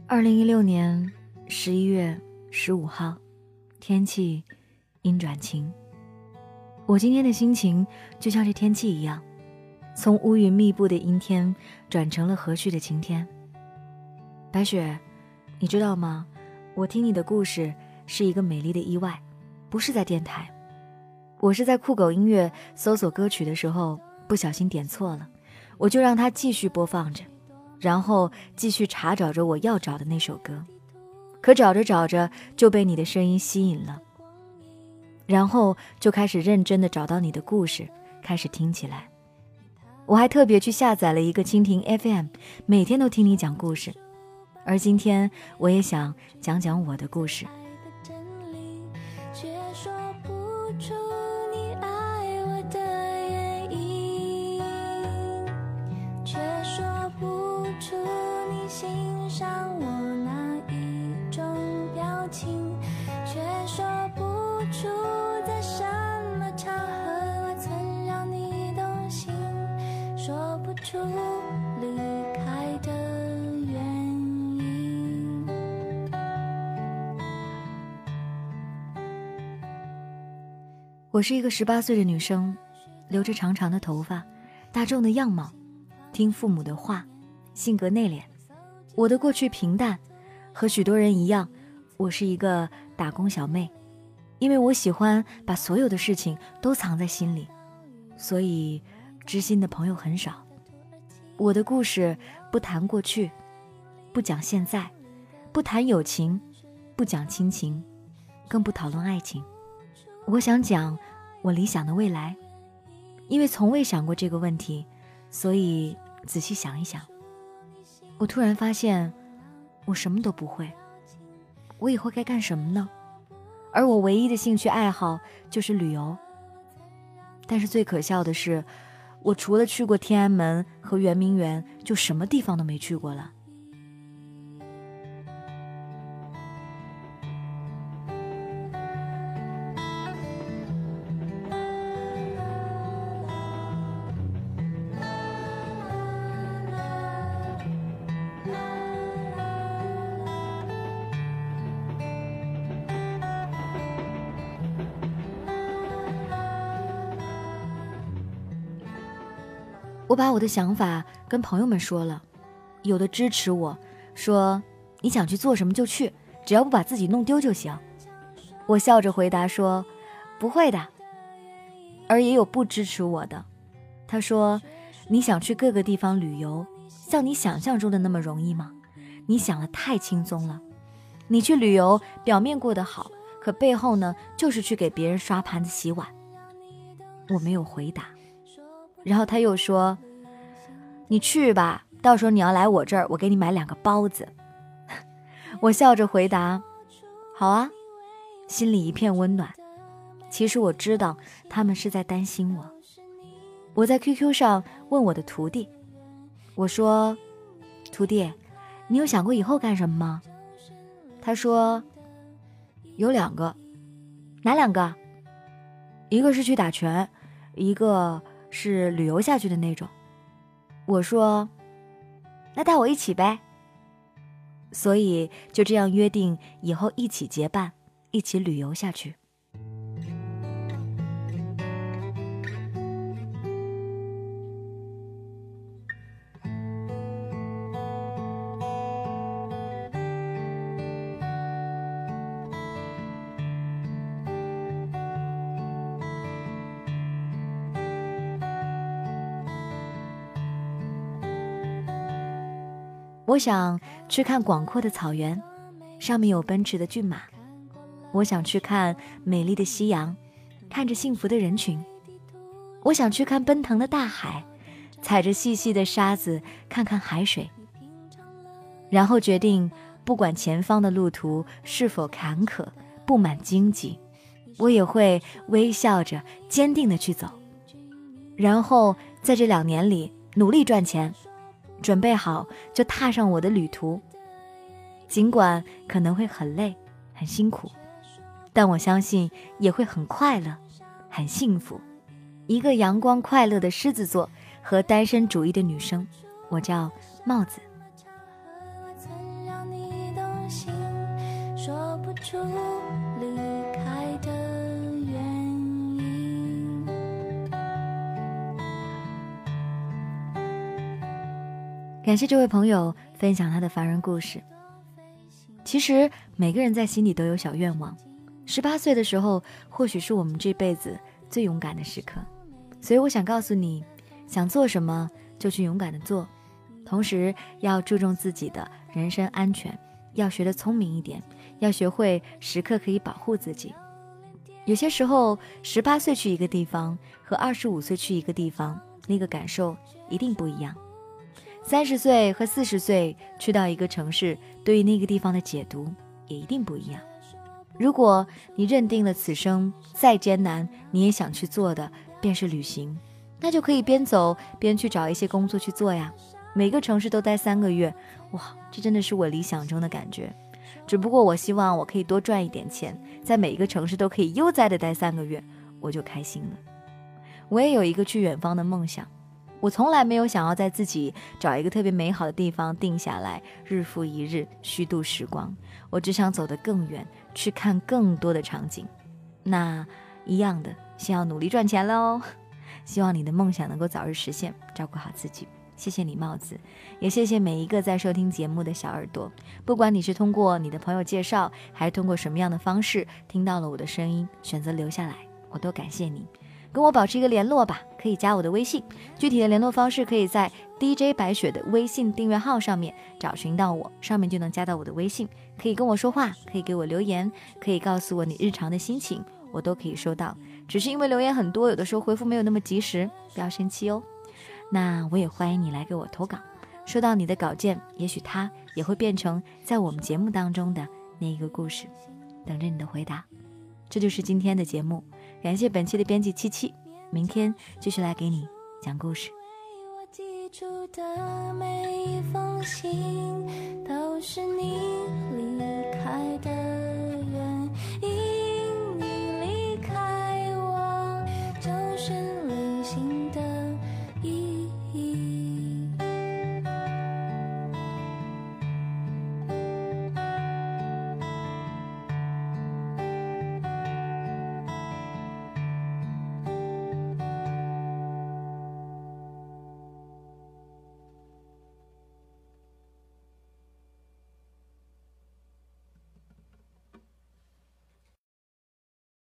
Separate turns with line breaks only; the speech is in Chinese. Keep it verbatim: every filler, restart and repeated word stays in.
二零一六年十一月十五号，天气阴转晴。我今天的心情就像是天气一样，从乌云密布的阴天转成了和煦的晴天。白雪，你知道吗？我听你的故事是一个美丽的意外，不是在电台。我是在酷狗音乐搜索歌曲的时候不小心点错了，我就让它继续播放着，然后继续查找着我要找的那首歌。可找着找着就被你的声音吸引了，然后就开始认真地找到你的故事，开始听起来。我还特别去下载了一个蜻蜓 F M， 每天都听你讲故事。而今天我也想讲讲我的故事。我是一个十八岁的女生，留着长长的头发，大众的样貌，听父母的话，性格内敛。我的过去平淡，和许多人一样，我是一个打工小妹。因为我喜欢把所有的事情都藏在心里，所以知心的朋友很少。我的故事不谈过去，不讲现在，不谈友情，不讲亲情，更不讨论爱情。我想讲我理想的未来，因为从未想过这个问题，所以仔细想一想，我突然发现我什么都不会。我以后该干什么呢？而我唯一的兴趣爱好就是旅游。但是最可笑的是，我除了去过天安门和圆明园，就什么地方都没去过了。我把我的想法跟朋友们说了，有的支持我，说你想去做什么就去，只要不把自己弄丢就行。我笑着回答说不会的。而也有不支持我的，他说你想去各个地方旅游，像你想象中的那么容易吗？你想的太轻松了。你去旅游表面过得好，可背后呢就是去给别人刷盘子洗碗。我没有回答。然后他又说你去吧，到时候你要来我这儿，我给你买两个包子。我笑着回答好啊，心里一片温暖。其实我知道他们是在担心我。我在 Q Q 上问我的徒弟，我说徒弟，你有想过以后干什么吗？他说有两个。哪两个？一个是去打拳，一个是旅游下去的那种。我说那带我一起呗。所以就这样约定以后一起结伴，一起旅游下去。我想去看广阔的草原，上面有奔驰的骏马。我想去看美丽的夕阳，看着幸福的人群。我想去看奔腾的大海，踩着细细的沙子，看看海水。然后决定，不管前方的路途是否坎坷，布满荆棘，我也会微笑着坚定地去走。然后在这两年里努力赚钱，准备好就踏上我的旅途。尽管可能会很累很辛苦，但我相信也会很快乐很幸福。一个阳光快乐的狮子座和单身主义的女生，我叫帽子。
曾让你出离开的原因。
感谢这位朋友分享他的凡人故事。其实每个人在心里都有小愿望，十八岁的时候或许是我们这辈子最勇敢的时刻，所以我想告诉你，想做什么就去勇敢的做，同时要注重自己的人身安全，要学得聪明一点，要学会时刻可以保护自己。有些时候十八岁去一个地方和二十五岁去一个地方，那个感受一定不一样。三十岁和四十岁去到一个城市，对于那个地方的解读也一定不一样。如果你认定了此生再艰难你也想去做的便是旅行，那就可以边走边去找一些工作去做呀。每个城市都待三个月，哇，这真的是我理想中的感觉。只不过我希望我可以多赚一点钱，在每一个城市都可以悠哉的待三个月，我就开心了。我也有一个去远方的梦想，我从来没有想要在自己找一个特别美好的地方定下来，日复一日虚度时光。我只想走得更远，去看更多的场景。那一样的，先要努力赚钱了哦。希望你的梦想能够早日实现，照顾好自己。谢谢你帽子，也谢谢每一个在收听节目的小耳朵。不管你是通过你的朋友介绍，还是通过什么样的方式听到了我的声音，选择留下来，我都感谢你。跟我保持一个联络吧，可以加我的微信，具体的联络方式可以在 D J 白雪的微信订阅号上面找寻到我，上面就能加到我的微信，可以跟我说话，可以给我留言，可以告诉我你日常的心情，我都可以收到。只是因为留言很多，有的时候回复没有那么及时，不要生气哦。那我也欢迎你来给我投稿，收到你的稿件，也许它也会变成在我们节目当中的那一个故事，等着你的回答。这就是今天的节目，感谢本期的编辑七七，明天继续来给你讲故事。
我寄出的每一封信都是你离开的